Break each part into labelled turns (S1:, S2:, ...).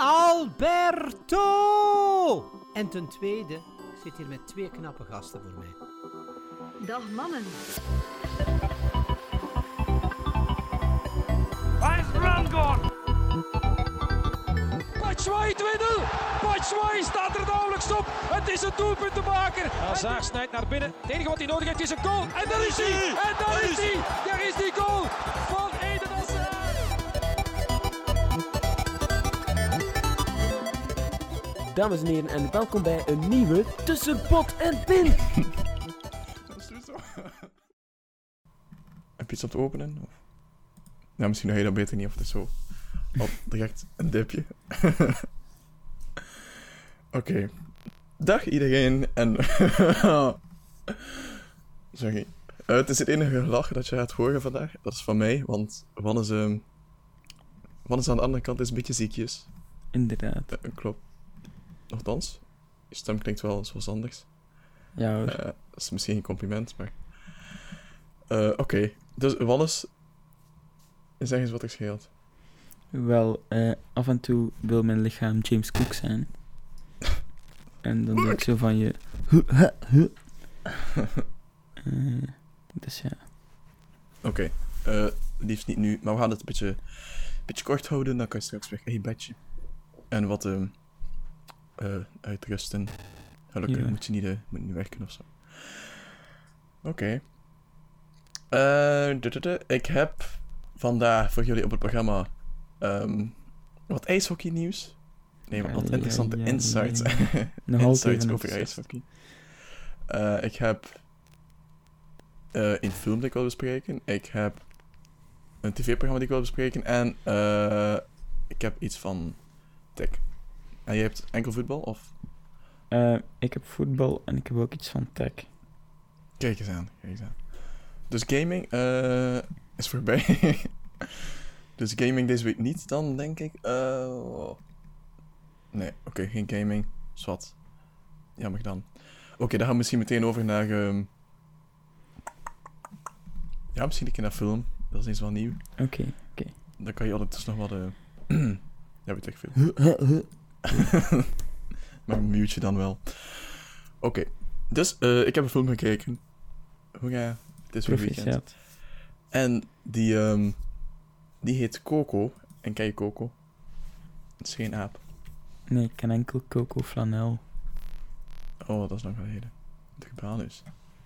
S1: Alberto! En ten tweede, ik zit hier met 2 knappe gasten voor mij.
S2: Dag mannen.
S3: Waar is Rangor? Batshuayi 2-0. Batshuayi staat er nauwelijks op. Het is een doelpuntenmaker. Hazard snijdt naar binnen. Het enige wat hij nodig heeft is een goal. En daar is hij. En daar is hij. Daar is die goal van Eden Hazard.
S4: Dames en heren, en welkom bij een nieuwe Tussen Pot en Pint.
S5: Dat is zo. Heb je iets op te openen? Of? Nou, misschien nog je dat beter niet, of het is zo. Oh, direct een dipje. Oké. Dag iedereen, en... Sorry. Het is het enige lachen dat je gaat horen vandaag. Dat is van mij, want Wan is aan de andere kant is een beetje ziekjes.
S4: Inderdaad.
S5: Klopt. Nochtans, je stem klinkt wel zoals anders.
S4: Ja hoor.
S5: Dat is misschien geen compliment, maar... Oké. Dus Wannes, zeg eens wat er scheelt.
S4: Wel, af en toe wil mijn lichaam James Cook zijn. En dan doe ik zo van je... Dus ja.
S5: Oké. Liefst niet nu, maar we gaan het een beetje kort houden. Dan kan je straks weg in je bedje. En wat uitrusten. Gelukkig
S4: Ja.
S5: moet je niet werken of zo. Oké. Ik heb vandaag voor jullie op het programma wat ijshockeynieuws. Nee, wat interessante insights.
S4: Nog
S5: Insights
S4: altijd
S5: over ijshockey. Ik heb een film die ik wil bespreken. Ik heb een tv-programma die ik wil bespreken. En ik heb iets van tech. En jij hebt enkel voetbal, of?
S4: Ik heb voetbal en ik heb ook iets van tech.
S5: Kijk eens aan. Dus gaming is voorbij. Dus gaming deze week niet, dan denk ik. Nee, oké, geen gaming. Zwat. Jammer dan. Oké, dan gaan we misschien meteen over naar... Ja, misschien een keer naar film. Dat is eens wel nieuw.
S4: Oké.
S5: Dan kan je altijd nog wat... Ja, weet ik veel. Maar mute je dan wel. Oké. Dus, ik heb een film gekeken. Hoera, het is weer weekend.
S4: Proficiat.
S5: En die heet Coco. En ken je Coco? Het is geen aap.
S4: Nee, ik ken enkel Coco Flanel.
S5: Oh, dat is lang geleden. De gedaan is.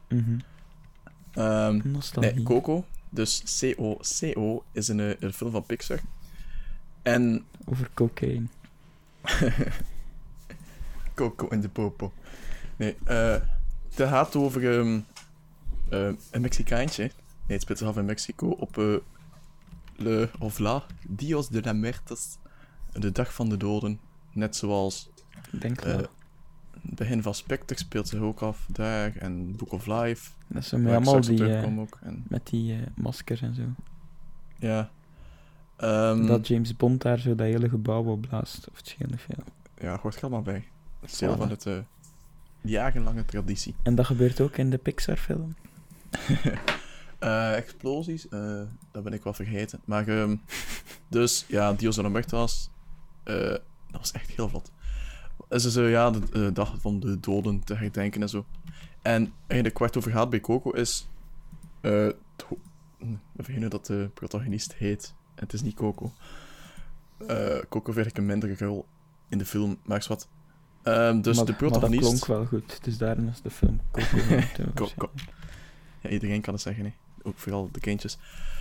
S4: Nostalgie.
S5: Nee, Coco. Dus C-O-C-O is een film van Pixar. En...
S4: Over cocaine.
S5: Coco in de popo. Nee, het gaat over een Mexicaantje. Nee, het speelt zich af in Mexico op La Dios de la Muertos. De dag van de doden. Net zoals
S4: Ik denk wel.
S5: het begin van Spectre speelt zich ook af daar. En Book of Life.
S4: Dat is zo met
S5: Waar ik
S4: allemaal
S5: straks op
S4: die...
S5: terugkom ook. En,
S4: met die maskers en zo.
S5: ja.
S4: Dat James Bond daar zo dat hele gebouw opblaast. Of het scheelt niet veel.
S5: Ja, hoort er allemaal bij. Het is deel
S4: Voilà.
S5: van het jarenlange traditie.
S4: En dat gebeurt ook in de Pixar-film.
S5: Explosies, dat ben ik wel vergeten. Maar, dus, ja, Dios de la Muertos, dat was echt heel vlot. Het is de dag van de doden te herdenken en zo. En eigenlijk waar het over gaat bij Coco is... we vergeten dat de protagonist heet. En het is niet Coco. Coco heeft eigenlijk een mindere rol in de film, maar is wat. Dus de protagonist...
S4: Maar dat klonk wel goed, dus daarom is de film Coco.
S5: Coco. Ja, iedereen kan het zeggen, hè. Ook vooral de kindjes.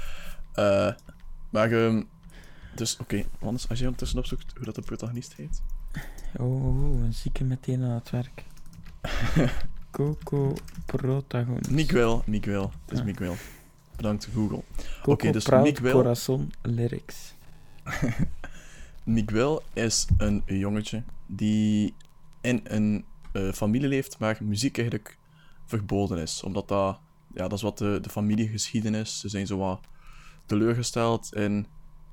S5: Dus, oké, Anders, als je ondertussen opzoekt hoe dat de protagonist heet.
S4: Oh, een zieke meteen aan het werk. Coco protagonist.
S5: Miguel. Het is
S4: Ah.
S5: Miguel. Bedankt, Google.
S4: Coco
S5: Oké, dus
S4: Proud
S5: Miguel...
S4: Corazon Lyrics.
S5: Miguel is een jongetje die in een familie leeft waar muziek eigenlijk verboden is. Omdat dat is wat de familiegeschiedenis. Ze zijn zo wat teleurgesteld in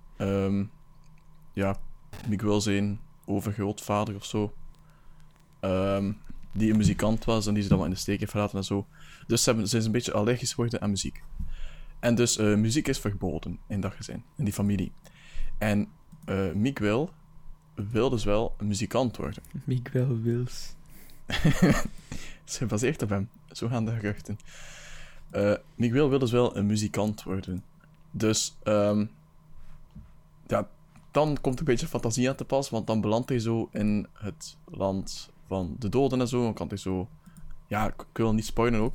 S5: Miguel zijn overgrootvader of zo. Die een muzikant was en die ze dan wel in de steek heeft gelaten en zo. Dus ze zijn een beetje allergisch geworden aan muziek. En dus muziek is verboden in dat gezin, in die familie. En Miguel wil dus wel een muzikant worden.
S4: Miguel Wils.
S5: Het is gebaseerd op hem. Zo gaan de geruchten. Miguel wil dus wel een muzikant worden. Dus, ja, dan komt een beetje fantasie aan te pas, want dan belandt hij zo in het land van de doden en zo. Dan kan hij zo... Ja, ik wil niet spoilen ook.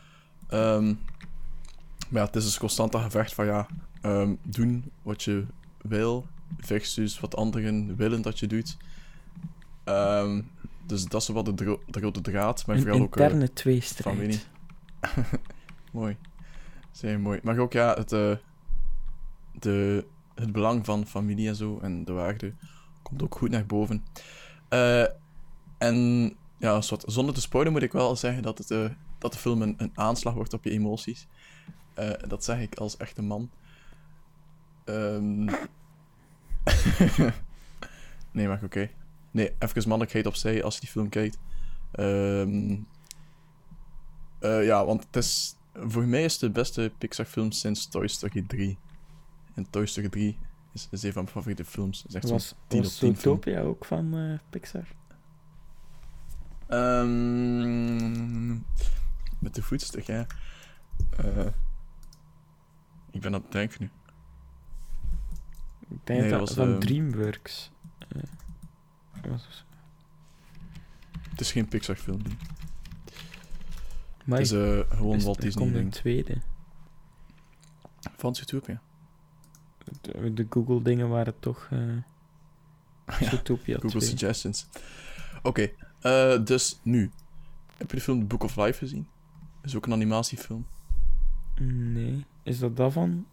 S5: Maar ja, het is dus constant dat gevecht van ja, doen wat je wil versus wat anderen willen dat je doet. Dus dat is wel de rode draad. Maar
S4: Een
S5: vooral ook
S4: interne tweestrijd.
S5: familie. Mooi. Zeer mooi. Maar ook ja, het belang van familie en zo en de waarde komt ook goed naar boven. En ja, zonder te spoilen moet ik wel zeggen dat de film een aanslag wordt op je emoties. Dat zeg ik als echte man. Nee, maar oké. Nee, even mannelijkheid opzij als je die film kijkt. Ja, want het is... Voor mij is het de beste Pixar-film sinds Toy Story 3. En Toy Story 3 is een van mijn favoriete films. Het is echt zo'n 10 op 10 film.
S4: Zootopia ook van Pixar?
S5: Met de voetstuk, ja. Ik ben aan het denken nu.
S4: Ik denk
S5: Nee,
S4: dat
S5: dat was,
S4: van DreamWorks.
S5: Het is geen Pixar-film.
S4: Maar
S5: Het is gewoon Walt
S4: er
S5: Disney
S4: komt een
S5: ding.
S4: tweede.
S5: Van Zootopia.
S4: De Google-dingen waren toch
S5: Ja,
S4: Zootopia
S5: Google
S4: 2.
S5: Suggestions. Oké, dus nu. Heb je de film The Book of Life gezien? Dat is ook een animatiefilm.
S4: Nee. Is dat van?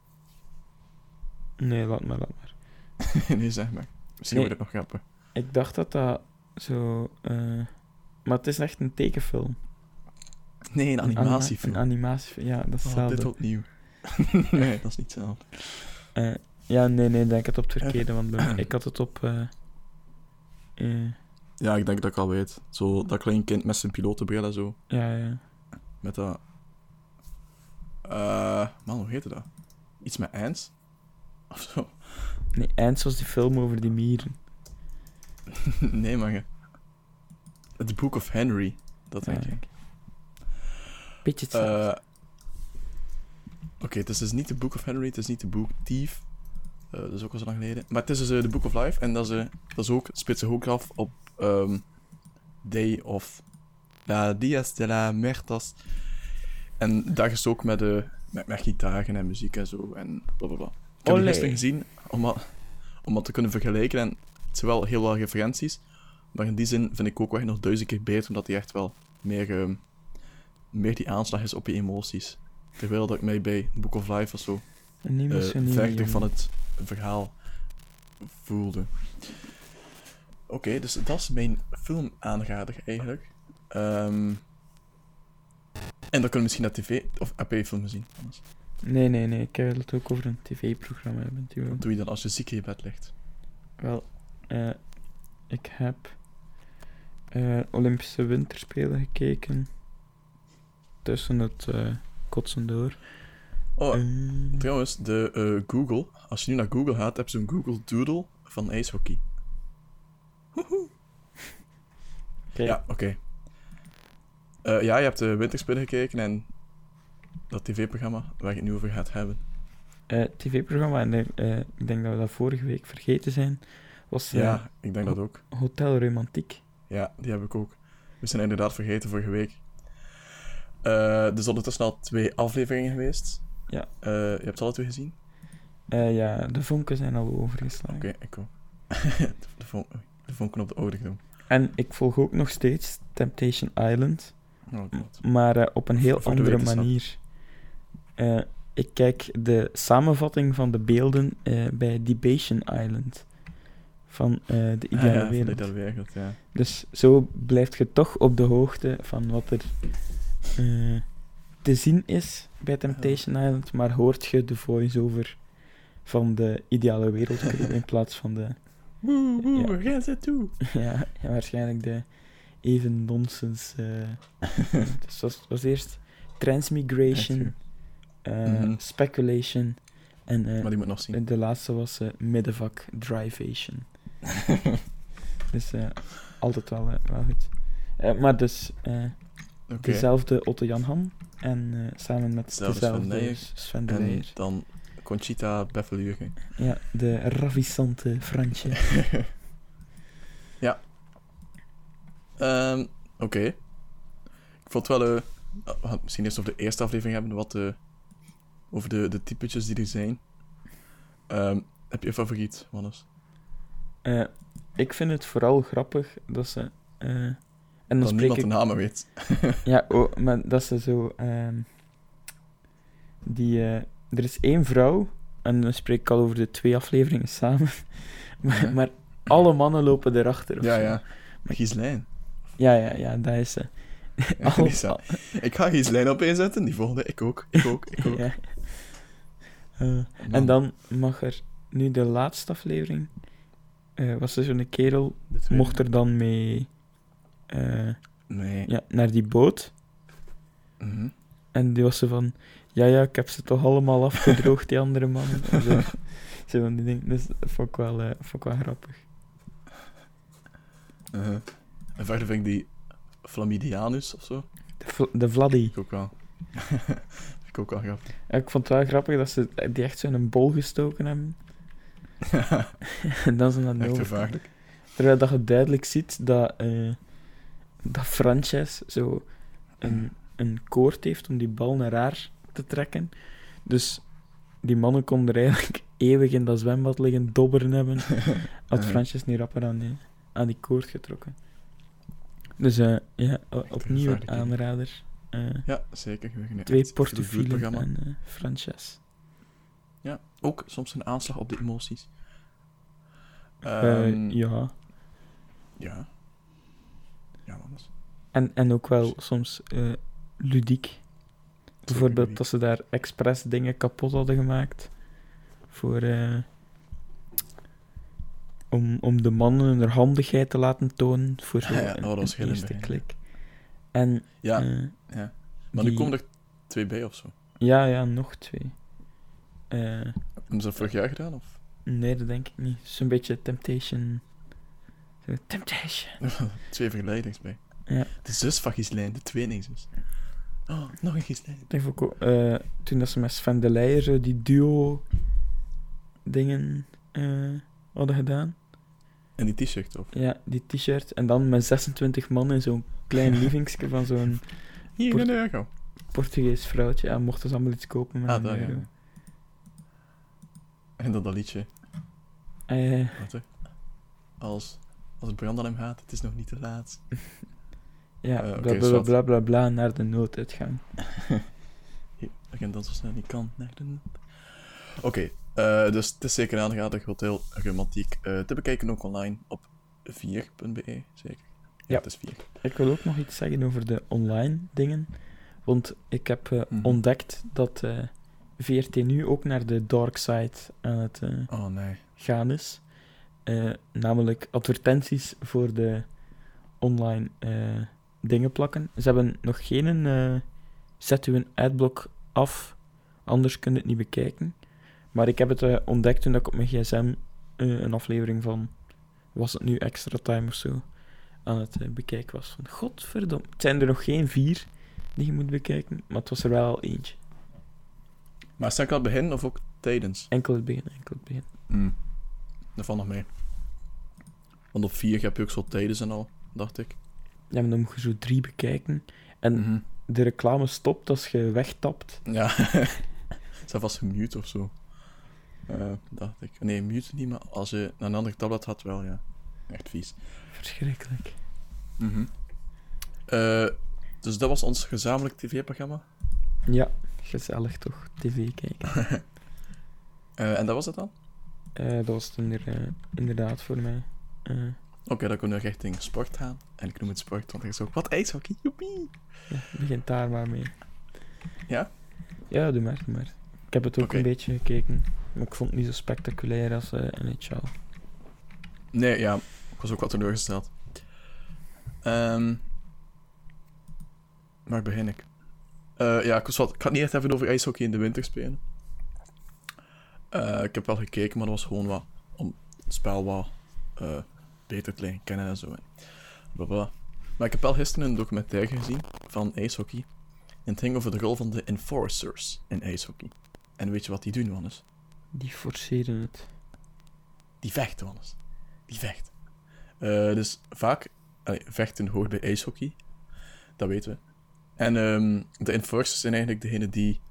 S4: Nee, laat maar.
S5: Nee, zeg maar. Misschien
S4: Nee.
S5: moet ik het nog grappen.
S4: Ik dacht dat zo... maar het is echt een tekenfilm.
S5: Nee, een animatiefilm.
S4: Een animatiefilm, ja, dat is
S5: Oh,
S4: hetzelfde.
S5: dit opnieuw. Nee, dat is niet hetzelfde.
S4: Ja, nee, denk het op het verkeerde, want ik had het op...
S5: Ja, ik denk dat ik al weet. Zo, dat klein kind met zijn pilotenbril en zo.
S4: ja.
S5: Met dat... man, hoe heette dat? Iets met ants? Of zo?
S4: Nee, Ants was die film over die mieren.
S5: Nee, man. The Book of Henry. Dat denk
S4: Ja.
S5: ik.
S4: Beetje hetzelfde.
S5: Oké, het is dus niet The Book of Henry, het is niet The Book Thief. Dat is ook al zo lang geleden. Maar het is dus The Book of Life en dat is ook, het speelt zich ook af op Day of la Dias de la Muertos. En daar is het ook met gitaren en muziek en zo en blablabla. Ik heb het
S4: Olé.
S5: gisteren gezien om dat te kunnen vergelijken en het zijn wel heel veel referenties. Maar in die zin vind ik ook wel nog 1000 keer beter, omdat hij echt wel meer die aanslag is op je emoties. Terwijl dat ik mij bij Book of Life of zo
S4: Een emotionele
S5: verder
S4: jongen.
S5: van het verhaal voelde. Oké, dus dat is mijn film aanrader eigenlijk. En dan kunnen we misschien naar tv... Of heb je film gezien? Anders.
S4: Nee, ik wil het ook over een tv-programma hebben. Natuurlijk.
S5: Wat doe je dan als je ziek in je bed ligt?
S4: Wel, ik heb Olympische Winterspelen gekeken. Tussen het kotsen door.
S5: Oh, trouwens, de Google. Als je nu naar Google gaat, heb je zo'n Google Doodle van ijshockey. Woehoe.
S4: Kijk,
S5: Ja, oké. Ja, je hebt de Winterspelen gekeken en dat tv-programma waar je het nu over gaat hebben.
S4: tv-programma, en ik denk dat we dat vorige week vergeten zijn, was
S5: Ja, ik denk dat ook.
S4: Hotel Romantiek.
S5: Ja, die heb ik ook. We zijn inderdaad vergeten vorige week. Dus ondertussen al 2 afleveringen geweest.
S4: Ja.
S5: Je hebt ze alle 2 gezien?
S4: Ja, de vonken zijn al overgeslagen.
S5: Oké, ik ook. de vonken op de ouderdom.
S4: En ik volg ook nog steeds Temptation Island,
S5: Oh god.
S4: maar op een heel
S5: Voor de
S4: andere
S5: wetenschap.
S4: manier. Ik kijk de samenvatting van de beelden bij Debation Island van de ideale
S5: Ja, van
S4: wereld.
S5: de ideale wereld, ja.
S4: Dus zo blijf je toch op de hoogte van wat er te zien is bij Temptation Island, maar hoort je de voice-over van de ideale wereldcrew in plaats van de...
S5: Woe,
S4: Ja.
S5: waar gaan ze toe?
S4: ja, waarschijnlijk de even nonsens... dus het was eerst transmigration, speculation en
S5: Maar die moet nog zien.
S4: de laatste was middenvak drivation. Dus altijd wel goed. Maar dus
S5: Oké.
S4: dezelfde Otto-Jan Ham en samen met
S5: Dezelfde
S4: dezelfde
S5: Sven
S4: Sven de
S5: En
S4: Leijer.
S5: dan Conchita Beffeluge.
S4: Ja, de ravissante Fransje.
S5: Ja. Oké. Ik vond wel... we gaan het misschien eerst over de eerste aflevering hebben, over de typetjes die er zijn. Heb je een favoriet, Wannes?
S4: Ik vind het vooral grappig dat ze... en dan
S5: Dat
S4: spreek
S5: niemand
S4: ik...
S5: de namen weet.
S4: Ja, maar dat ze zo... er is 1 vrouw, en dan spreek ik al over de 2 afleveringen samen, maar alle mannen lopen erachter. Of
S5: Ja,
S4: zo.
S5: ja. Ghislaine.
S4: Ja, dat is ze.
S5: Ja, Lisa. Ik ga Ghislaine op inzetten, die volgende. Ik ook.
S4: Ja.
S5: Man.
S4: En dan mag er nu de laatste aflevering... was er zo'n kerel,
S5: De tweede.
S4: mocht er dan mee
S5: Nee.
S4: naar die boot.
S5: Mhm.
S4: En die was zo van... Ja, ik heb ze toch allemaal afgedroogd, die andere mannen. En zo. Zo van die dingen. Dus dat vond ik wel grappig.
S5: En verder vind ik die Flamidianus of zo.
S4: De Vladdy.
S5: Vind ik ook wel. Vind ik ook wel grappig.
S4: Ja, ik vond het wel grappig dat ze die echt zo in een bol gestoken hebben. En dan ze naar
S5: Echt
S4: over.
S5: gevaarlijk.
S4: Terwijl dat je duidelijk ziet dat Frances zo een koord heeft om die bal naar haar te trekken. Dus die mannen konden er eigenlijk eeuwig in dat zwembad liggen dobberen hebben. Had Frances niet rapper aan die koord getrokken. Dus opnieuw een
S5: gevaarlijk,
S4: aanrader.
S5: Ja, zeker.
S4: 2 portofielen
S5: portofielen
S4: en Frances.
S5: Ja, ook soms een aanslag op de emoties.
S4: Ja.
S5: Ja. Ja, Wannes.
S4: En ook wel soms ludiek. Bijvoorbeeld
S5: ludiek.
S4: dat ze daar expres dingen kapot hadden gemaakt. Voor... om de mannen hun handigheid te laten tonen. Voor zo
S5: Ja, dat was
S4: een
S5: heel in
S4: eerste
S5: het begin,
S4: klik. En...
S5: Ja,
S4: ja.
S5: maar nu komen er 2 bij of zo.
S4: Ja, nog 2.
S5: Hebben ze dat vorig jaar gedaan? Of?
S4: Nee, dat denk ik niet. Het is een beetje Temptation. Temptation.
S5: 2 verleidings bij.
S4: Ja.
S5: De zus van Ghislaine, de tweelingzus. Oh, nog een Ghislaine.
S4: Ik denk ook, toen dat ze met Sven de Leijer zo die duo-dingen hadden gedaan.
S5: En die t-shirt, of?
S4: Ja, die t-shirt. En dan met 26 man in zo'n klein lievingske van zo'n
S5: Hier,
S4: Port-
S5: een euro.
S4: Portugees vrouwtje. Ja, mochten ze allemaal iets kopen met
S5: Ah,
S4: een
S5: daar,
S4: euro.
S5: ja. En dan dat liedje. Wat, hè? Als het brand aan hem gaat, het is nog niet te laat.
S4: Ja,
S5: oké,
S4: bla, bla,
S5: zwart.
S4: bla bla bla naar de nooduitgang.
S5: Ik ken dat zo snel niet kan. Oké, dus het is zeker aangeraden, Hotel Romantiek te bekijken ook online op 4.be, zeker?
S4: Ja.
S5: Het is 4.
S4: Ik wil ook nog iets zeggen over de online dingen. Want ik heb ontdekt dat VRT nu ook naar de dark side aan het
S5: Oh nee.
S4: gaan is. Namelijk advertenties voor de online dingen plakken. Ze hebben nog geen zet uw adblock af, anders kun je het niet bekijken. Maar ik heb het ontdekt toen ik op mijn gsm een aflevering van, was het nu Extra Time of zo, aan het bekijken was. Van godverdomme. Het zijn er nog geen 4 die je moet bekijken, maar het was er wel al eentje.
S5: Maar sta ik aan het begin of ook tijdens?
S4: Enkel het begin.
S5: Dat valt nog mee. Want op 4 heb je ook zo tijdens en al, dacht ik.
S4: Ja, maar dan moet je zo 3 bekijken. En
S5: Mhm.
S4: de reclame stopt als je wegtapt.
S5: Ja. Zijn vast gemute of zo. Dacht ik. Nee, mute niet, maar als je naar een ander tablet had, wel, ja. Echt vies.
S4: Verschrikkelijk.
S5: Dus dat was ons gezamenlijk tv-programma.
S4: Ja, gezellig toch, tv kijken.
S5: En dat was het dan?
S4: Dat was het inderdaad voor mij.
S5: Oké, dan kunnen we richting sport gaan. En ik noem het sport, want er is ook wat ijshockey. Joepie!
S4: Ja, begint daar maar mee.
S5: Ja?
S4: Ja, doe maar. Ik heb het ook
S5: Oké.
S4: een beetje gekeken, maar ik vond het niet zo spectaculair als NHL.
S5: Nee, ja. Ik was ook wat teleurgesteld. Waar begin ik? Ja, ik ga het niet echt even over ijshockey in de winter spelen. Ik heb wel gekeken, maar dat was gewoon wat om het spel wat beter te leren kennen en zo. Blablabla. Maar ik heb wel gisteren een documentaire gezien van ijshockey. En het ging over de rol van de enforcers in ijshockey. En weet je wat die doen, Wannes?
S4: Die forceren het.
S5: Die vechten, Wannes. Die vechten. Dus vaak... vechten hoort bij ijshockey. Dat weten we. En de enforcers zijn eigenlijk degenen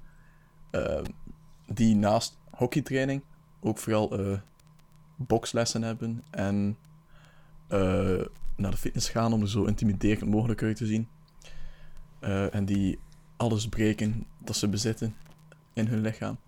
S5: die naast hockeytraining ook vooral bokslessen hebben en naar de fitness gaan om er zo intimiderend mogelijk uit te zien. En die alles breken dat ze bezitten in hun lichaam.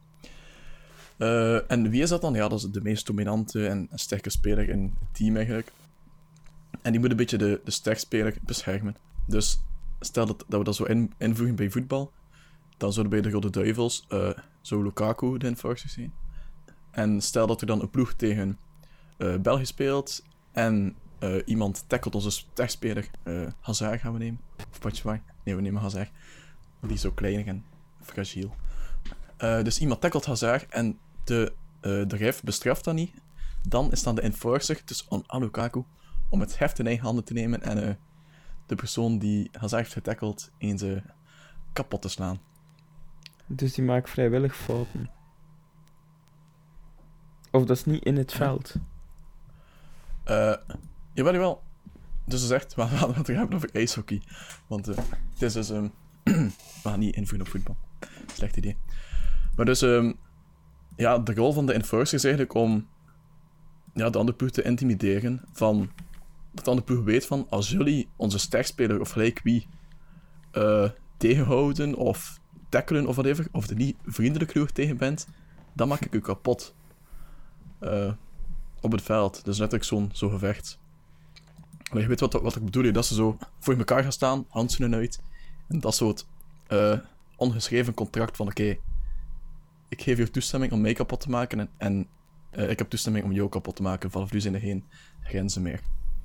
S5: En wie is dat dan? Ja, dat is de meest dominante en sterke speler in het team eigenlijk. En die moet een beetje de sterkste speler beschermen. Dus stel dat we dat zo invoegen bij voetbal, dan zouden bij de Rode Duivels zou Lukaku de enforcer zijn. En stel dat er dan een ploeg tegen België speelt en iemand tackelt onze sterkspeler, Hazard gaan we nemen. Of Batshuayi. Nee, we nemen Hazard. Die is zo klein en fragiel. Dus iemand tackelt Hazard en de ref bestraft dat niet. Dan is dan de enforcer, dus aan Lukaku, om het heft in eigen handen te nemen en de persoon die Hazard heeft getackeld eens kapot te slaan.
S4: Dus die maakt vrijwillig fouten. Of dat is niet in het veld.
S5: Jawel. Dus dat is echt, we gaan het hebben over ijshockey. Want het is dus... we gaan niet invoegen op voetbal. Slecht idee. Maar dus, ja, de rol van de enforcer is eigenlijk om de andere ploeg te intimideren van... Dat de andere ploeg weet van, als jullie onze sterspeler of gelijk wie tegenhouden of tackelen of whatever, of er niet vriendelijk genoeg tegen bent, dan maak ik u kapot. Op het veld. Dus letterlijk zo'n gevecht. Maar je weet wat ik bedoel, dat ze zo voor elkaar gaan staan, handschoenen uit. En dat soort ongeschreven contract van oké, ik geef je toestemming om mij kapot te maken en ik heb toestemming om jou kapot te maken. Vanaf nu zijn er geen grenzen meer.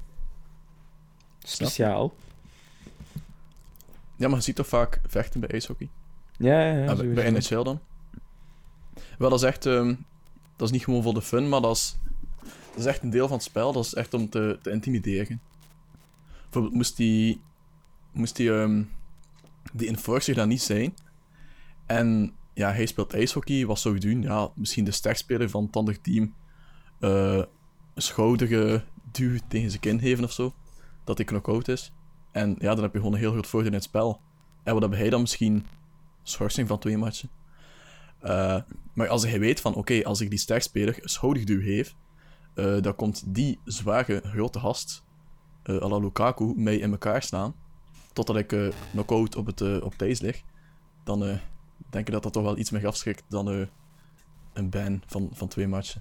S4: Speciaal.
S5: Ja, maar je ziet toch vaak vechten bij ijshockey?
S4: Ja,
S5: bij NHL dan? Wel, dat is echt... dat is niet gewoon voor de fun, maar dat is echt een deel van het spel. Dat is echt om te intimideren. Bijvoorbeeld moest die enforcer daar niet zijn. En ja, hij speelt ijshockey. Wat zou je doen? Ja, misschien de sterspeler van het andere team een schouderduw tegen zijn kin geven of zo. Dat hij knock-out is. En ja, dan heb je gewoon een heel groot voordeel in het spel. En wat heb hij dan misschien? Schorsing van 2 matchen. Maar als hij weet van, oké, als ik die sterspeler een schouderduw geef, dan komt die zware, grote gast, à la Lukaku, mij in elkaar slaan, totdat ik knock-out op het ijs lig, dan denk ik dat toch wel iets meer afschrikt dan een ban van 2 matchen.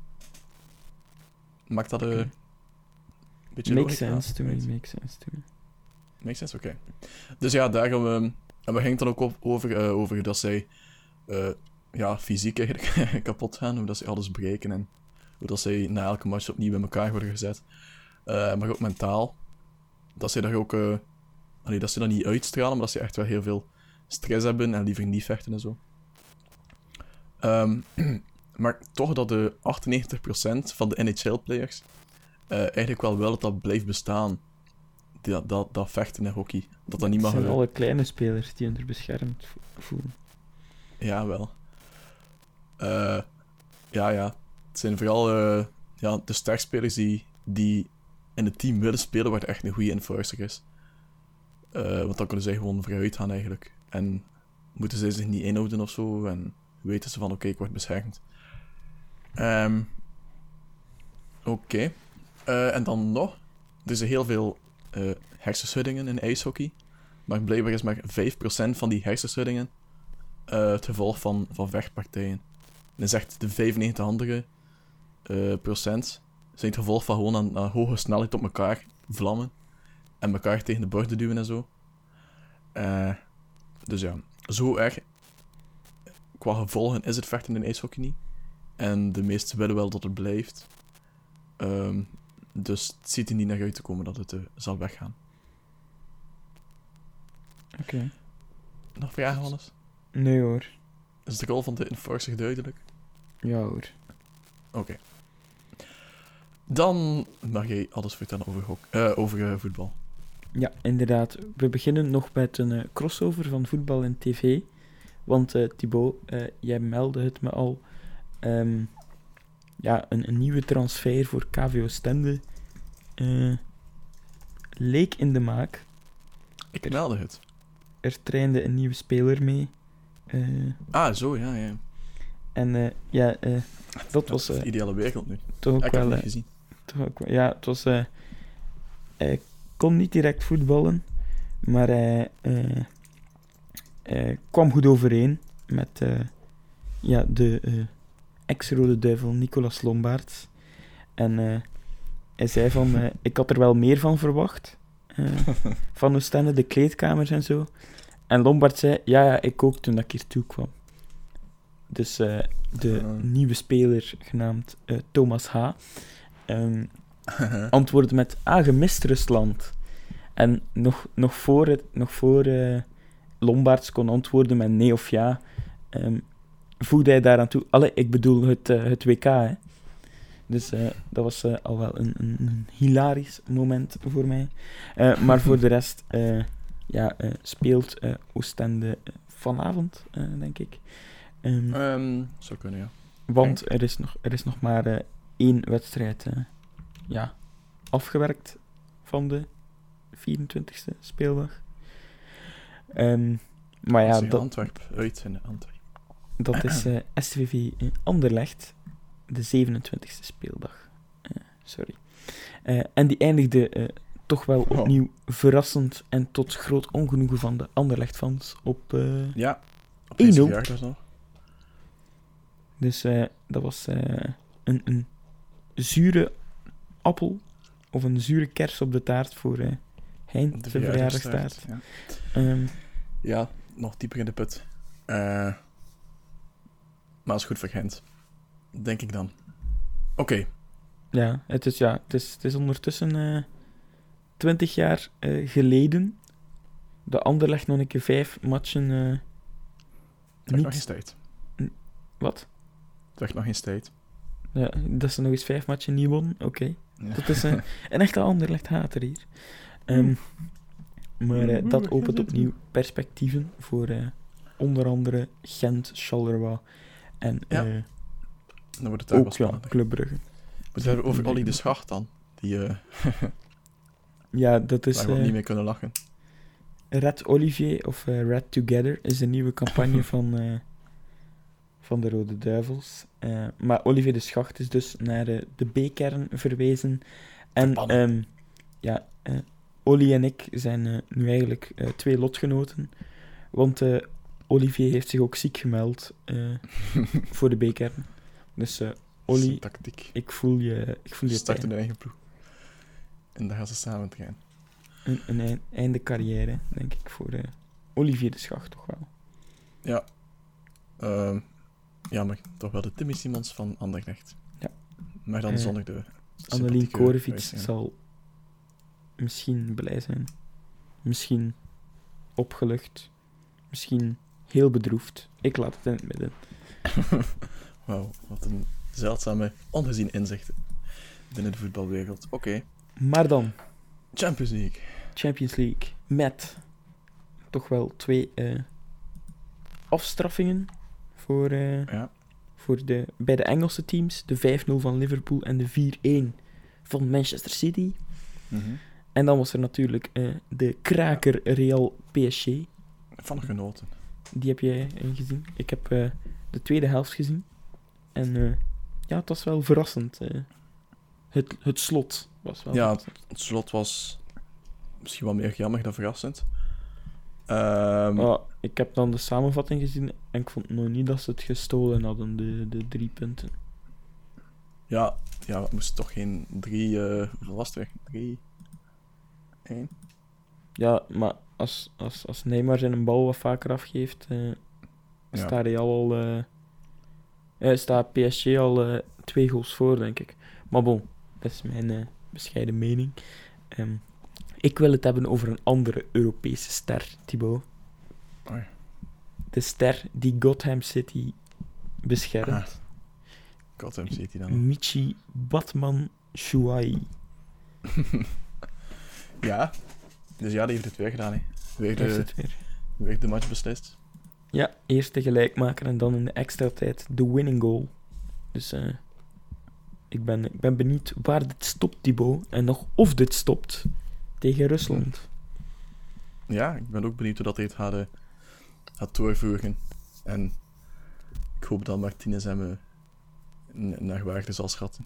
S5: Maakt dat een beetje
S4: Makes
S5: logica?
S4: sense to me, makes sense to me.
S5: Makes sense, oké. Dus ja, daarom... en we gingen het dan ook over dat zij fysiek eigenlijk kapot gaan, hoe dat ze alles breken en hoe dat zij na elke match opnieuw bij elkaar worden gezet. Maar ook mentaal. Dat zij daar ook... dat ze dat niet uitstralen, maar dat ze echt wel heel veel stress hebben en liever niet vechten en zo. Maar toch dat de 98% van de NHL-players eigenlijk wel dat blijft bestaan. Dat vechten in hockey. Dat niet mag...
S4: Het zijn alle kleine spelers die onder beschermd voelen.
S5: Ja, wel. Ja. Het zijn vooral de sterkspelers die in het team willen spelen waar er echt een goede enforcer is. Want dan kunnen zij gewoon vooruit gaan eigenlijk. En moeten zij zich niet inhouden of zo. En weten ze van oké, ik word beschermd. Oké. En dan nog. Er zijn heel veel hersenschuddingen in ijshockey. Maar blijkbaar is maar 5% van die hersenschuddingen het gevolg van vechtpartijen. En is echt de 95 andere procent zijn het gevolg van gewoon aan hoge snelheid op elkaar vlammen. En elkaar tegen de borden duwen en zo. Dus ja, zo erg qua gevolgen is het vechten in ijshockey niet. En de meesten willen wel dat het blijft. Dus het ziet er niet naar uit te komen dat het zal weggaan.
S4: Oké.
S5: Nog vragen, Hannes?
S4: Nee hoor.
S5: Is de rol van de enforcer duidelijk?
S4: Ja hoor.
S5: Oké. Dan mag jij alles vertellen over voetbal.
S4: Ja, inderdaad. We beginnen nog met een crossover van voetbal en tv. Want Thibaut, jij meldde het me al. Een nieuwe transfer voor KV Oostende leek in de maak.
S5: Ik meldde het.
S4: Er trainde een nieuwe speler mee.
S5: Zo, ja.
S4: En dat was...
S5: de ideale wereld nu.
S4: Toch ook
S5: Ik heb
S4: wel...
S5: het niet gezien.
S4: toch ook wel... Ja, het was... hij kon niet direct voetballen, maar hij kwam goed overeen met de ex-Rode Duivel Nicolas Lombaerts. En hij zei van... ik had er wel meer van verwacht. Van Oostende, de kleedkamers en zo. En Lombaerts zei... Ja, ik ook toen ik hier toe kwam. Dus de nieuwe speler, genaamd Thomas H., antwoordde met... gemist Rusland. En nog voor Lombaerts kon antwoorden met nee of ja... voegde hij daaraan toe... ik bedoel het WK, hè. Dus dat was al wel een hilarisch moment voor mij. Maar voor de rest speelt Oostende vanavond, denk ik.
S5: Zou kunnen, ja.
S4: Want er is nog maar 1 wedstrijd afgewerkt van de 24e speeldag. Maar ja,
S5: Antwerpen, uit in Antwerpen.
S4: Dat is SVV Anderlecht, de 27e speeldag. Sorry. En die eindigde toch wel opnieuw verrassend en tot groot ongenoegen van de Anderlecht-fans op 1-0. Dus dat was een zure appel of een zure kers op de taart voor Hein, de verjaardagstaart.
S5: Ja. Nog dieper in de put. Maar is goed voor Gent. Denk ik dan. Oké.
S4: Ja, het is ondertussen 20 jaar geleden. De Anderlecht nog een keer 5 matchen
S5: Het werd nog geen tijd.
S4: Wat?
S5: Het werd nog geen tijd.
S4: Ja, dat ze nog eens 5 matchen niet wonnen. Oké.
S5: Ja.
S4: Dat is een echte Anderlecht-hater hier. Maar dat opent opnieuw perspectieven voor onder andere Gent, Charleroi en
S5: Dan wordt het daar wel
S4: ook
S5: spannend.
S4: Club Brugge.
S5: We hebben over Olly de Schacht dan. Die
S4: Ja, dat is...
S5: waar we niet mee kunnen lachen.
S4: Red Olivier of Red Together is de nieuwe campagne van de Rode Duivels. Maar Olivier de Schacht is dus naar de B-kern verwezen. En Olly en ik zijn nu eigenlijk 2 lotgenoten. Want Olivier heeft zich ook ziek gemeld voor de B-kern. Dus Olly,
S5: tactiek.
S4: ik voel je
S5: Start
S4: pijn.
S5: een eigen ploeg. En dan gaan ze samen trainen.
S4: Een einde carrière, denk ik, voor Olivier de Schacht toch wel.
S5: Ja. Maar toch wel de Timmy Simons van Anderlecht.
S4: Ja.
S5: Maar dan zonder de
S4: Annelien Korevits
S5: uitingen.
S4: zal misschien blij zijn. Misschien opgelucht. Misschien heel bedroefd. Ik laat het in het midden.
S5: Wauw, wat een zeldzame, ongezien inzichten binnen de voetbalwereld. Oké.
S4: Maar dan,
S5: Champions League.
S4: Champions League met toch wel 2 afstraffingen voor bij de Engelse teams. De 5-0 van Liverpool en de 4-1 van Manchester City.
S5: Mhm.
S4: En dan was er natuurlijk de kraker Real PSG.
S5: Van genoten.
S4: Die heb jij gezien. Ik heb de tweede helft gezien. En het was wel verrassend. Het slot was wel verrassend.
S5: Het slot was misschien wel meer jammer dan verrassend.
S4: Ik heb dan de samenvatting gezien en ik vond nog niet dat ze het gestolen hadden, de 3 punten.
S5: Ja, het moest toch geen 3... hoeveel was het weg? 3-1?
S4: Ja, maar als Neymar zijn een bal wat vaker afgeeft, staat Real al... staat PSG al 2 goals voor, denk ik. Maar bon, dat is mijn bescheiden mening. Ik wil het hebben over een andere Europese ster, Thibaut.
S5: Oei.
S4: De ster die Gotham City beschermt.
S5: Gotham City dan.
S4: Michy Batman Shuai.
S5: Ja. Dus ja, die heeft het weer gedaan, hè.
S4: Heeft het weer.
S5: Weer de match beslist.
S4: Ja, eerst de gelijkmaker en dan in de extra tijd de winning goal. Dus ik ben benieuwd waar dit stopt, Thibaut. En nog of dit stopt tegen Rusland.
S5: Ja, ik ben ook benieuwd hoe dat hij het gaat doorvoeren. En ik hoop dat Martinez hem naar waarde zal schatten.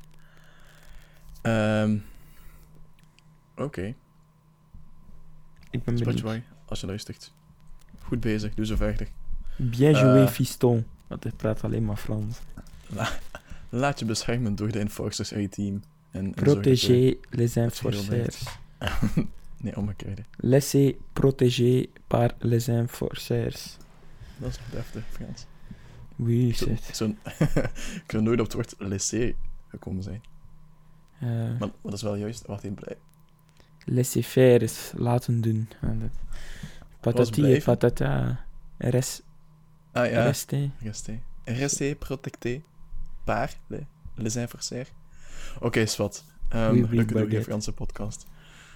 S5: Oké.
S4: Ik ben benieuwd.
S5: Spotify, als je luistert. Goed bezig, doe zo verder.
S4: Bien joué, fiston. Want hij praat alleen maar Frans.
S5: Laat je beschermen door de Enforcers A-team. En
S4: Protégez les enforcers.
S5: Nee, omgekeerd. Hè.
S4: Laissez protéger par les enforcers.
S5: Dat is nog deftig, Frans.
S4: Oui,
S5: Ik
S4: c'est...
S5: zou nooit op het woord laisser gekomen zijn.
S4: Uh,
S5: Maar dat is wel juist. Wacht even, blij.
S4: laissez faire is laten doen. Patati et
S5: blijven.
S4: patata.
S5: Ah ja,
S4: Restez.
S5: Restez protecté par les enforcers. Oké, zwart.
S4: Oui, oui,
S5: Gelukkig door je
S4: baguette.
S5: Franse podcast.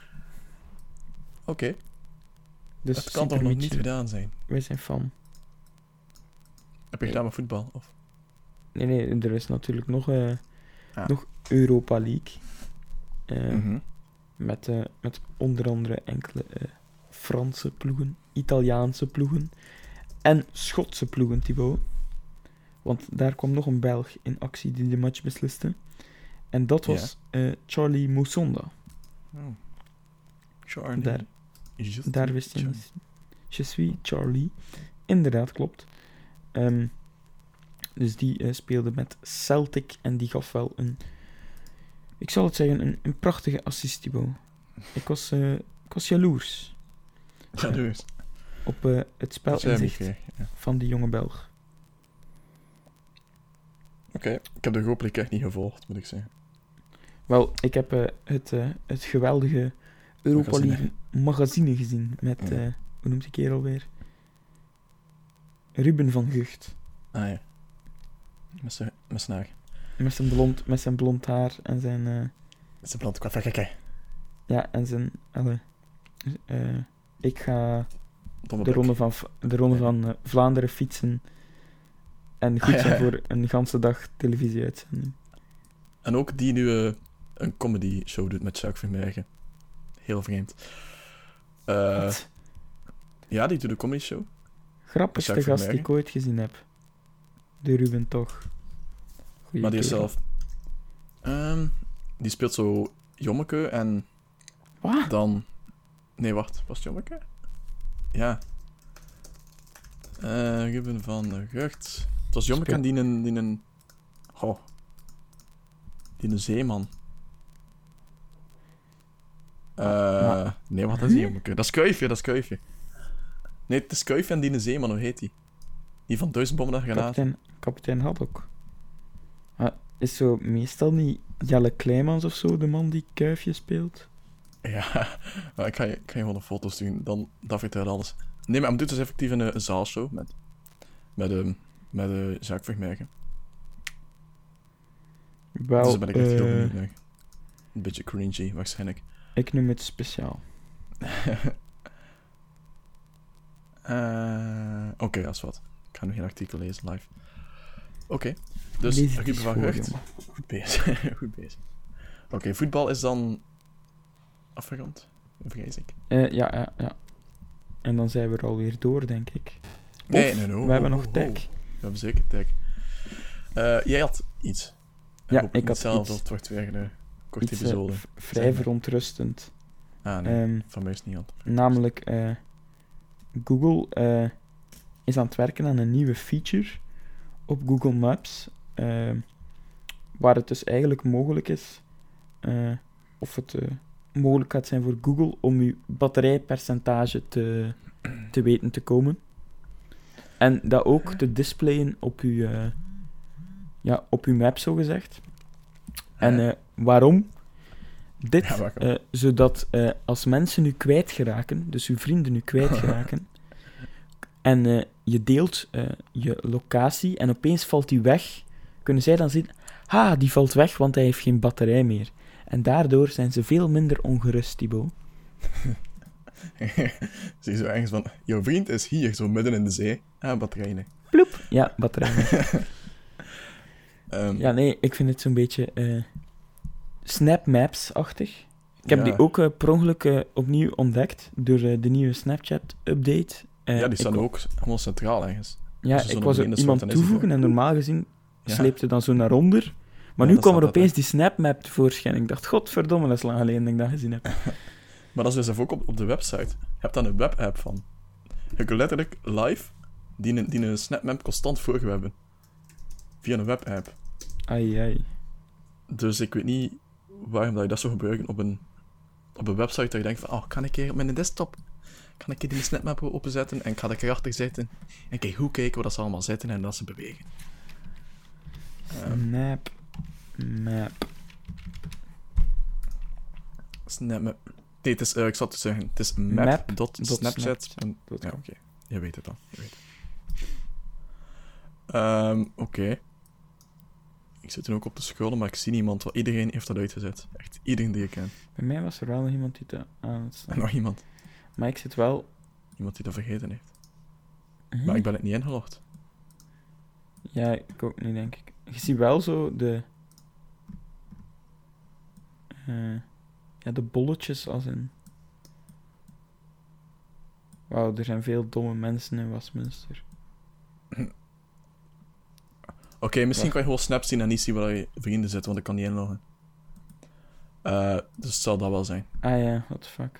S5: Oké,
S4: Dus
S5: dat kan toch nog
S4: Super
S5: niet
S4: Mietje,
S5: gedaan zijn.
S4: wij zijn fan.
S5: Heb je gedaan met voetbal? Of?
S4: Nee, er is natuurlijk nog
S5: Ah.
S4: nog Europa League.
S5: Mhm.
S4: Met onder andere enkele Franse ploegen, Italiaanse ploegen en Schotse ploegen, Thibaut. Want daar kwam nog een Belg in actie die de match besliste. En dat was Charlie Musonda.
S5: Oh. Charlie.
S4: Daar wist je niet. Je suis Charlie. Inderdaad, klopt. Dus die speelde met Celtic en die gaf wel ik zal het zeggen, een prachtige assist, Thibaut. Ik was jaloers
S5: Ja, dus.
S4: op het
S5: Dat zei hem
S4: spelinzicht
S5: een keer, ja.
S4: van die jonge Belg.
S5: Oké, ik heb de Europa League echt niet gevolgd, moet ik zeggen.
S4: Wel, ik heb het geweldige Europa League magazine gezien met,
S5: Ja.
S4: hoe noemt die kerel alweer? Ruben van Gucht.
S5: Ah ja. Met zijn haar.
S4: Met zijn blond haar en zijn...
S5: Met zijn blond kwart. Kijk.
S4: ja, en zijn... ik ga
S5: Domme
S4: de
S5: blik.
S4: ronde van Vlaanderen fietsen en goed
S5: Ah, ja,
S4: zijn
S5: ja.
S4: voor een ganse dag televisie-uitzending.
S5: En ook die nu een comedy show doet met Jacques Vermeergen. Heel vreemd.
S4: Wat?
S5: Ja, die doet een comedy show.
S4: Grappigste
S5: Jacques
S4: gast die ik
S5: Vermeergen?
S4: ooit gezien heb. De Ruben toch. Goeie
S5: Maar die is
S4: kerel.
S5: zelf... die speelt zo Jommeke en
S4: Wat?
S5: dan... Nee, wacht. Was het Jommeke? Ja. Ruben van der Gucht. Het was Jommeke en die een... Oh. Die een zeeman. Nee, wat is die Jommeke? Dat is Kuifje. Nee, het is Kuifje en die een zeeman. Hoe heet die? Die van 1000 bommen naar granaten.
S4: Kapitein Haddock. Is zo meestal niet Jelle Kleimans of zo de man die Kuifje speelt?
S5: Ja, maar ik ga je gewoon een foto sturen, dan dat vertelt alles. Nee, maar hij doet dus effectief een zaalshow met Jacques Vermeergen.
S4: Wel,
S5: Dus daar ben ik echt heel benieuwd naar. Een beetje cringy, waarschijnlijk.
S4: ik noem het speciaal.
S5: Oké, dat is wat. Ik ga nu geen artikel lezen live. Oké, dus
S4: Lees het
S5: Ruben
S4: eens
S5: van
S4: voor,
S5: Gucht.
S4: jongen.
S5: Goed bezig. Goed bezig. Oké, voetbal is dan afgerond, vrees ik.
S4: Ja. En dan zijn we er alweer door, denk ik.
S5: Nee,
S4: Of
S5: nee.
S4: we hebben nog tag.
S5: We hebben zeker tag. Jij had iets.
S4: Ja,
S5: hoop
S4: ik
S5: niet
S4: had
S5: zelf,
S4: iets.
S5: dat wordt weer een korte
S4: Iets
S5: episode.
S4: vrij
S5: Zeg maar.
S4: verontrustend.
S5: Ah, nee.
S4: Ehm,
S5: Van mij is het niet aan.
S4: Namelijk, Google is aan het werken aan een nieuwe feature op Google Maps, waar het dus eigenlijk mogelijk is, of het mogelijk gaat zijn voor Google om uw batterijpercentage te weten te komen. En dat ook te displayen op uw map, zogezegd. En waarom? Dit,
S5: Ja, waarom?
S4: zodat als mensen u kwijtgeraken, dus uw vrienden u kwijtgeraken, en je deelt je locatie en opeens valt die weg, kunnen zij dan zien, die valt weg, want hij heeft geen batterij meer. En daardoor zijn ze veel minder ongerust, Thibaut.
S5: Zie je zo ergens van, jouw vriend is hier, zo midden in de zee. Batterijen.
S4: Ploep. Ja, batterijen.
S5: Ehm,
S4: Ja, nee, ik vind het zo'n beetje Snap Maps-achtig. Ik heb
S5: Ja.
S4: die ook per ongeluk opnieuw ontdekt door de nieuwe Snapchat-update.
S5: ja, die staan ook gewoon centraal ergens.
S4: Ja,
S5: als je
S4: ik
S5: zo'n
S4: was er
S5: ene
S4: iemand
S5: soort, dan is het
S4: toevoegen en normaal gezien
S5: Ja.
S4: sleepte dan zo naar onder. Maar
S5: Ja,
S4: nu
S5: dat
S4: kwam er
S5: staat dat,
S4: opeens die Snap-map tevoorschijn. Ik dacht, godverdomme, dat is lang geleden dat ik dat gezien heb.
S5: Maar dat is dus ook op de website. Je hebt daar een webapp van. Je kunt letterlijk live die een SnapMap constant voor je hebben. Via een webapp.
S4: Ai, ai.
S5: Dus ik weet niet waarom dat je dat zou gebruiken op een website dat je denkt van, kan ik hier op mijn desktop kan ik hier die SnapMap openzetten en ik ga er erachter zitten en kijk hoe kijken waar dat ze allemaal zitten en dat ze bewegen.
S4: Snap Map.
S5: SnapMap. Nee, het is, ik zal het zeggen, het is
S4: Map.snapchat.
S5: map.snapchat. Ja, oké. Je weet het dan. Oké. Ik zit er ook op te scrollen, maar ik zie niemand, want iedereen heeft dat uitgezet. Echt iedereen die ik ken.
S4: Bij mij was er wel nog iemand die dat aan het
S5: En
S4: staan.
S5: nog iemand.
S4: Maar ik zit wel...
S5: Iemand die dat vergeten heeft.
S4: Huh?
S5: Maar ik ben het niet ingelogd.
S4: Ja, ik ook niet, denk ik. Je ziet wel zo de... ja, de bolletjes als in... Wauw, er zijn veel domme mensen in Westminster.
S5: Oké, misschien
S4: Wacht.
S5: kan je gewoon snaps zien en niet zien waar je vrienden zitten, want ik kan niet inloggen. Dus het zal dat wel zijn.
S4: Ah ja, what the fuck.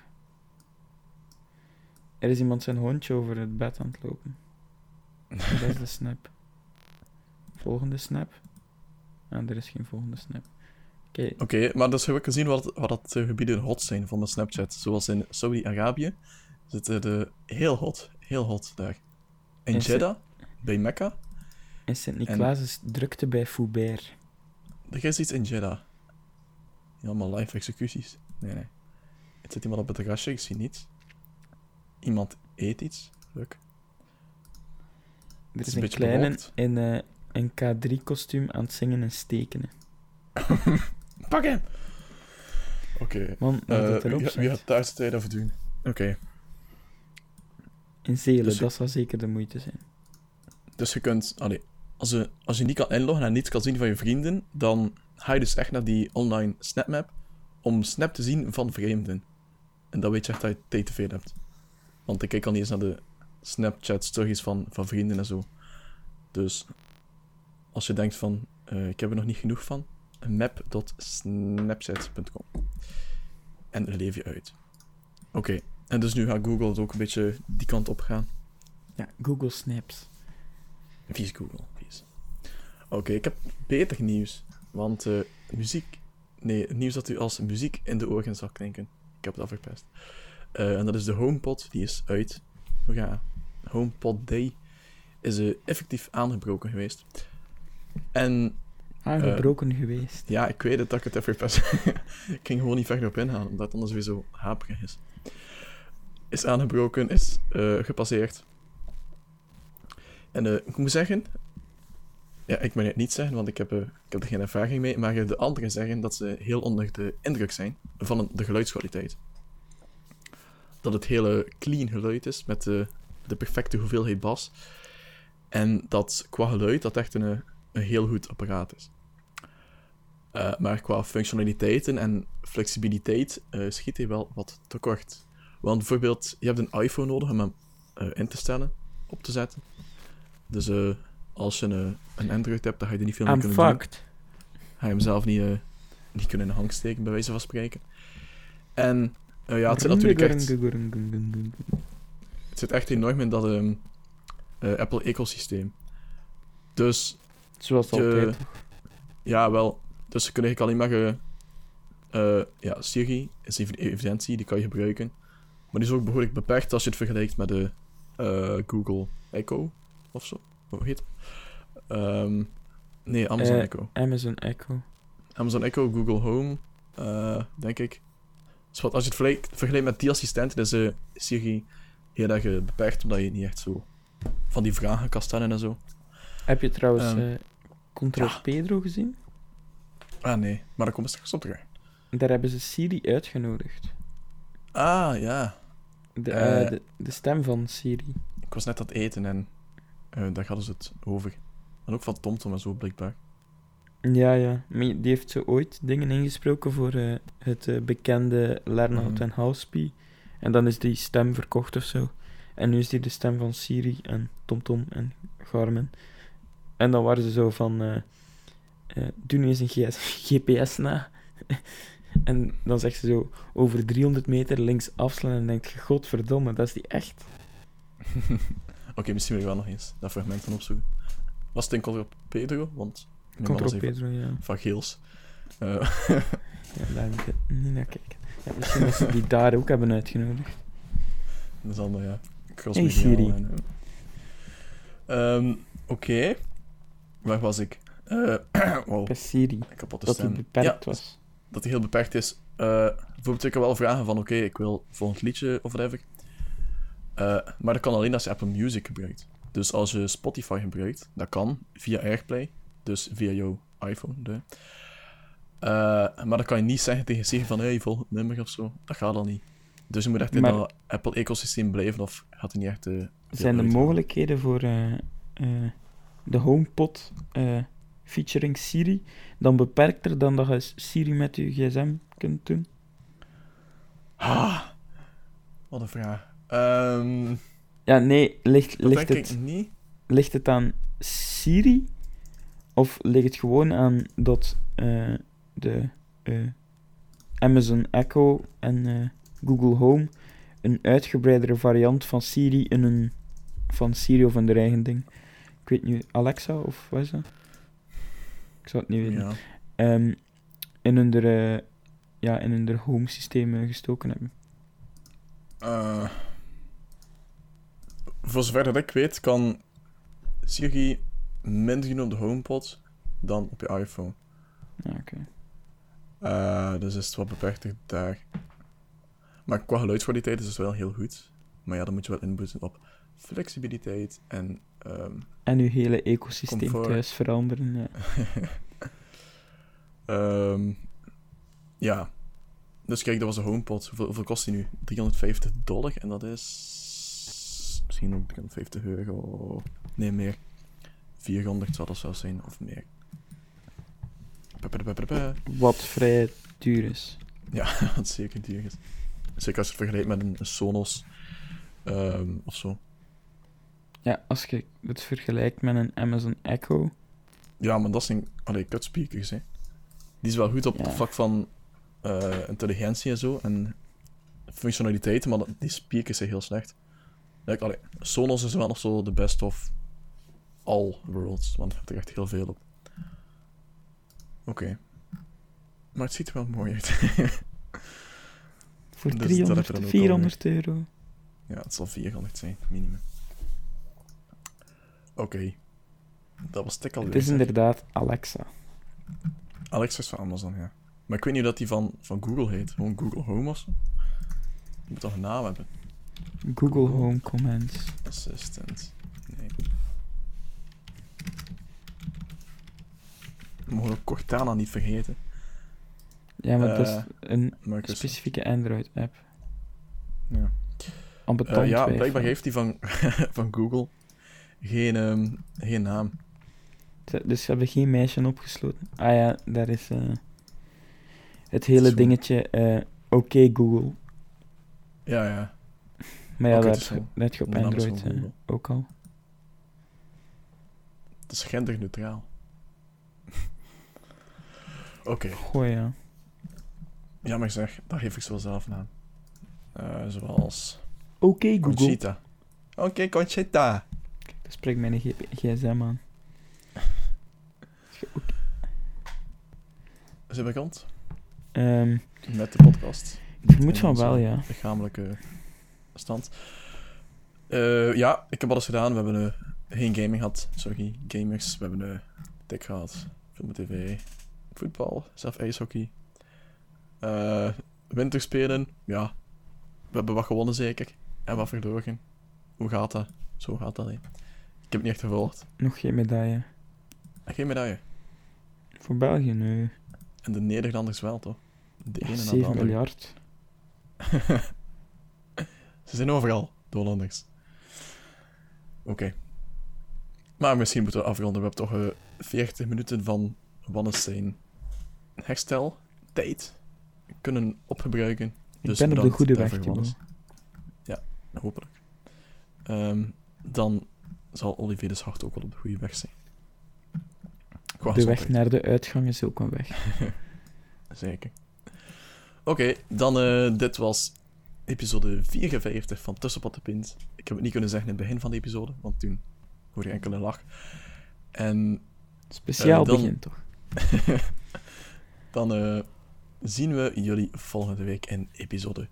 S4: Er is iemand zijn hondje over het bed aan het lopen. Dat is de snap. Volgende snap. Ah, er is geen volgende snap.
S5: Oké, maar dus heb ik gezien wat dat gebieden hot zijn van mijn Snapchat. Zoals in Saudi-Arabië zitten de heel hot daar. In
S4: En
S5: Jeddah, bij Mekka.
S4: In Sint-Niklaas is drukte bij Foubert.
S5: Er is iets in Jeddah. Ja, allemaal live executies. Nee. Het zit iemand op het terrasje, ik zie niets. Iemand eet iets. Leuk.
S4: Er
S5: is
S4: is
S5: een
S4: een
S5: beetje
S4: kleine
S5: bewolkt.
S4: in een K3-kostuum aan het zingen en steken.
S5: Pak hem! Oké.
S4: Man, wat het erop
S5: Wie
S4: staat.
S5: gaat daar de tijd over doen? Oké.
S4: In Zelen,
S5: Dus
S4: dat zal zeker de moeite zijn.
S5: Dus je kunt... als je niet kan inloggen en niets kan zien van je vrienden, dan ga je dus echt naar die online SnapMap om Snap te zien van vreemden. En dan weet je echt dat je tijd te veel hebt. Want ik kijk al niet eens naar de Snapchat-stories van vrienden en zo. Dus als je denkt van, ik heb er nog niet genoeg van, map.snapchat.com. En leef je uit. Oké, en dus nu gaat Google het ook een beetje die kant op gaan.
S4: Ja, Google Snaps.
S5: Vies Google, vies. Oké, ik heb beter nieuws. Want het nieuws dat u als muziek in de oren zal klinken. Ik heb het al verpest. En dat is de HomePod, die is uit. Ja, HomePod Day is effectief aangebroken geweest. En
S4: Aangebroken geweest.
S5: ja, ik weet het dat ik het heb verpest. Ik ging gewoon niet verder op ingaan, omdat het anders weer zo haperig is. Is aangebroken, is gepasseerd. En ik moet zeggen... Ja, ik mag het niet zeggen, want ik heb er geen ervaring mee. Maar de anderen zeggen dat ze heel onder de indruk zijn van de geluidskwaliteit. Dat het hele clean geluid is, met de perfecte hoeveelheid bas. En dat qua geluid dat echt een heel goed apparaat is. Maar qua functionaliteiten en flexibiliteit schiet hij wel wat tekort. Want bijvoorbeeld, je hebt een iPhone nodig om hem in te stellen, op te zetten. Dus als je een Android hebt, dan ga je er niet veel mee
S4: I'm
S5: kunnen doen.
S4: fucked.
S5: Ga je hem zelf niet kunnen in de hang steken, bij wijze van spreken. En ja, het zit natuurlijk echt... Het zit echt enorm in dat Apple-ecosysteem. Dus...
S4: Zoals altijd.
S5: Ja, wel. Dus je kunt eigenlijk alleen maar... Siri is evidentie, die kan je gebruiken. Maar die is ook behoorlijk beperkt als je het vergelijkt met de Google Echo, of zo. Hoe heet het? Nee, Amazon Echo.
S4: Amazon Echo.
S5: Amazon Echo, Google Home, denk ik. Dus wat, als je het vergelijkt met die assistenten, is Siri heel erg beperkt, omdat je niet echt zo van die vragen kan stellen en zo.
S4: Heb je trouwens Control
S5: ja.
S4: Pedro gezien?
S5: Ah nee, maar daar komt straks op terug.
S4: Daar hebben ze Siri uitgenodigd.
S5: Ah, ja.
S4: De stem van Siri.
S5: Ik was net aan het eten en daar hadden ze het over. En ook van TomTom en zo, blijkbaar.
S4: Ja. Maar die heeft zo ooit dingen ingesproken voor het bekende Lernout en Halsby. En dan is die stem verkocht of zo. En nu is die de stem van Siri en TomTom en Garmin. En dan waren ze zo van... doe nu eens een GPS na. En dan zegt ze zo... Over 300 meter links afslaan. En dan denk je... Godverdomme, dat is die echt.
S5: Oké, misschien wil ik wel nog eens dat fragment van opzoeken. Was het in Contra Pedro? Want...
S4: Contra Pedro, ja.
S5: Van Geels.
S4: Ja, daar moet ik niet naar kijken. Ja, misschien dat ze die daar ook hebben uitgenodigd.
S5: Dat is allemaal, ja.
S4: Hey Siri.
S5: Oké. Waar was ik? Wow.
S4: Bij Siri.
S5: Kapotte
S4: Dat
S5: stem.
S4: die beperkt
S5: Ja,
S4: was.
S5: dat die heel beperkt is. Bijvoorbeeld, ik kan wel vragen van, oké, ik wil volgend liedje of whatever. Maar dat kan alleen als je Apple Music gebruikt. Dus als je Spotify gebruikt, dat kan via AirPlay. Dus via jouw iPhone. Maar dan kan je niet zeggen tegen Siri van, hey, volgend nummer of zo. Dat gaat al niet. Dus je moet echt in dat Apple-ecosysteem blijven, of gaat hij niet echt...
S4: Zijn de mogelijkheden voor de HomePod featuring Siri dan beperkter dan dat je Siri met je gsm kunt doen?
S5: Wat een vraag.
S4: Ja, nee, ligt het aan Siri? Of ligt het gewoon aan dat de Amazon Echo en Google Home een uitgebreidere variant van Siri van Siri of een eigen ding? Ik weet niet, Alexa of wat is dat? Ik zou het niet weten.
S5: Ja.
S4: In hun home systemen gestoken hebben.
S5: Voor zover dat ik weet, kan Siri minder doen op de HomePod dan op je iPhone.
S4: Ja, oké.
S5: Dus is het wat beperkter daar. Maar qua geluidskwaliteit is het wel heel goed. Maar ja, dan moet je wel inboeten op flexibiliteit en...
S4: en uw hele ecosysteem
S5: comfort.
S4: Thuis veranderen, ja.
S5: Ja. Dus kijk, dat was de HomePod. Hoeveel kost die nu? $350 en dat is... Misschien ook €350. Nee, meer. 400 zal dat zelfs zijn, of meer.
S4: Wat vrij duur is.
S5: Ja, wat zeker duur is. Zeker als je het vergelijkt met een Sonos of zo.
S4: Ja, als je het vergelijkt met een Amazon Echo...
S5: Ja, maar dat zijn kutspeakers, hè. Die is wel goed op het vlak van intelligentie en zo, en functionaliteiten, maar die speakers zijn heel slecht. Sonos is wel nog zo de best of all worlds, want er hebt er echt heel veel op. Oké. Maar het ziet er wel mooi uit.
S4: Voor
S5: Dus
S4: 300, €400.
S5: Ja, het zal 400 zijn, minimum. Oké. Dat was het alweer.
S4: Het is inderdaad Alexa.
S5: Alexa is van Amazon, ja. Maar ik weet niet of dat die van Google heet. Gewoon Google Home of zo. Die moet toch een naam hebben?
S4: Google Home Commands.
S5: Assistant. Nee. We mogen ook Cortana niet vergeten.
S4: Ja, maar dat is een
S5: Microsoft.
S4: specifieke Android-app.
S5: Ja.
S4: Ambetant
S5: Ja,
S4: twijfel.
S5: blijkbaar heeft die van Google geen naam.
S4: Dus ze hebben geen meisje opgesloten. Ah ja, daar is het hele dingetje oké Google.
S5: Ja.
S4: Maar ja,
S5: Oké,
S4: daar
S5: het is wel-
S4: heb je op
S5: de naam is
S4: Android
S5: van Google.
S4: ook al.
S5: Het is genderneutraal. Oké.
S4: Goh, ja.
S5: Ja, maar zeg, daar geef ik ze wel zelf een naam. Zoals...
S4: Oké Google.
S5: Conchita. Oké, Conchita.
S4: Dat spreekt mijn gsm aan.
S5: Zijn we bekend?
S4: Ehm,
S5: Met de podcast.
S4: ik vermoed
S5: In
S4: van
S5: onze
S4: wel, ja.
S5: Lichamelijke stand. Ja, ik heb alles gedaan. We hebben geen gaming gehad. Sorry, gamers. We hebben dik gehad. Film, tv, voetbal, zelf ijshockey. Winterspelen. Ja, we hebben wat gewonnen zeker. En wat verloren. Hoe gaat dat? Zo gaat dat, hè. Ik heb het niet echt gevolgd.
S4: Nog geen medaille.
S5: En geen medaille.
S4: Voor België nu.
S5: En de Nederlanders wel, toch? De ene na de
S4: 7
S5: andere.
S4: miljard.
S5: Ze zijn overal, de Hollanders. Oké. Maar misschien moeten we afronden. We hebben toch 40 minuten van Wannes zijn hersteltijd kunnen opgebruiken. Dus
S4: Ik ben op de goede weg,
S5: daarvoor,
S4: Timo.
S5: Wannes. Ja, hopelijk. Dan zal Olivier de Zwart ook wel op de goede weg zijn. Qua
S4: De weg
S5: gezondheid.
S4: naar de uitgang is ook een weg.
S5: Zeker. Oké, dan dit was episode 54 van Tussenpot de Pint. Ik heb het niet kunnen zeggen in het begin van de episode, want toen hoor je enkel een lach. En
S4: Speciaal
S5: dan-
S4: begin, toch?
S5: dan zien we jullie volgende week in episode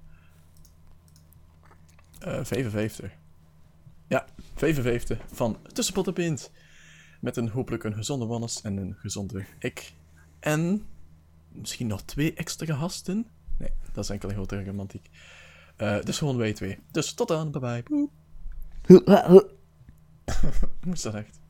S5: 55. Ja, 55 van Tussenpot de Pint. Met hopelijk een gezonde Wannes en een gezonde ik. En misschien nog 2 extra gasten. Nee, dat is enkel een grote romantiek. Dus gewoon wij 2. Dus tot dan, bye bye. Boep. Moest dat echt?